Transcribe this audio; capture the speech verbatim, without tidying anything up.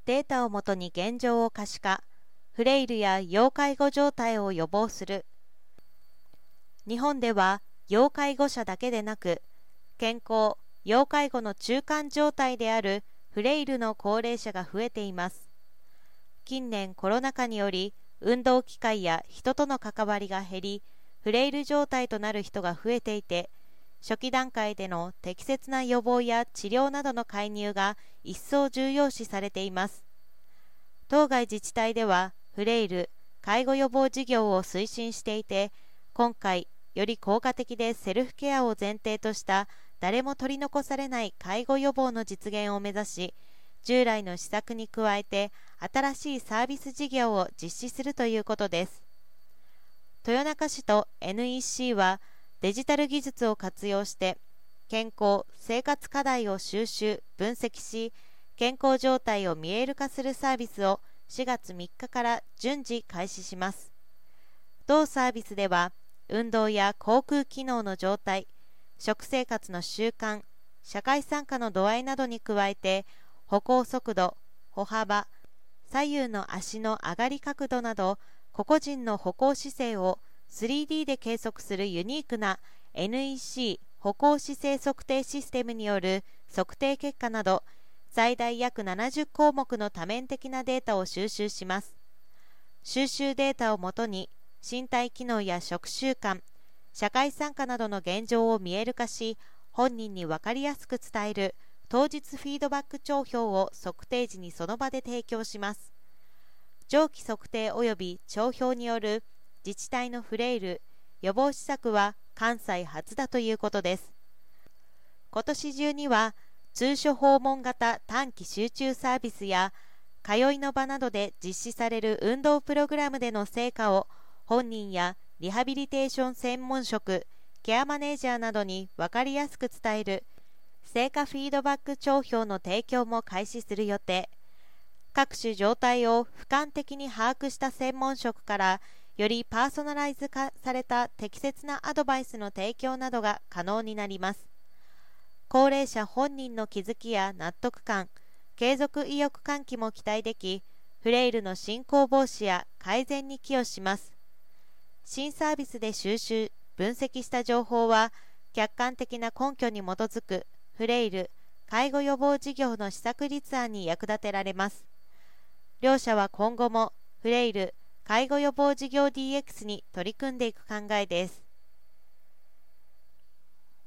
データをもとに現状を可視化、フレイルや要介護状態を予防する。日本では要介護者だけでなく、健康・要介護の中間状態であるフレイルの高齢者が増えています。近年コロナ禍により運動機会や人との関わりが減り、フレイル状態となる人が増えていて、初期段階での適切な予防や治療などの介入が一層重要視されています。当該自治体ではフレイル・介護予防事業を推進していて、今回より効果的でセルフケアを前提とした誰も取り残されない介護予防の実現を目指し、従来の施策に加えて新しいサービス事業を実施するということです。豊中市と エヌイーシー はデジタル技術を活用して健康・生活課題を収集・分析し、健康状態を見える化するサービスをしがつみっかから順次開始します。同サービスでは運動や口腔機能の状態、食生活の習慣、社会参加の度合いなどに加えて、歩行速度、歩幅、左右の足の上がり角度など個々人の歩行姿勢を スリーディー で計測するユニークな エヌイーシー 歩行姿勢測定システムによる測定結果など、最大約ななじゅっこうもくの多面的なデータを収集します。収集データをもとに身体機能や食習慣、社会参加などの現状を見える化し、本人に分かりやすく伝える当日フィードバック帳票を測定時にその場で提供します。上記測定及び帳票による自治体のフレイル予防施策は関西初だということです。今年中には通所訪問型短期集中サービスや通いの場などで実施される運動プログラムでの成果を本人やリハビリテーション専門職、ケアマネージャーなどに分かりやすく伝える成果フィードバック帳票の提供も開始する予定。各種状態を俯瞰的に把握した専門職からよりパーソナライズ化された適切なアドバイスの提供などが可能になります。高齢者本人の気づきや納得感、継続意欲喚起も期待でき、フレイルの進行防止や改善に寄与します。新サービスで収集・分析した情報は、客観的な根拠に基づくフレイル・介護予防事業の施策立案に役立てられます。両社は今後もフレイル・介護予防事業 ディーエックス に取り組んでいく考えです。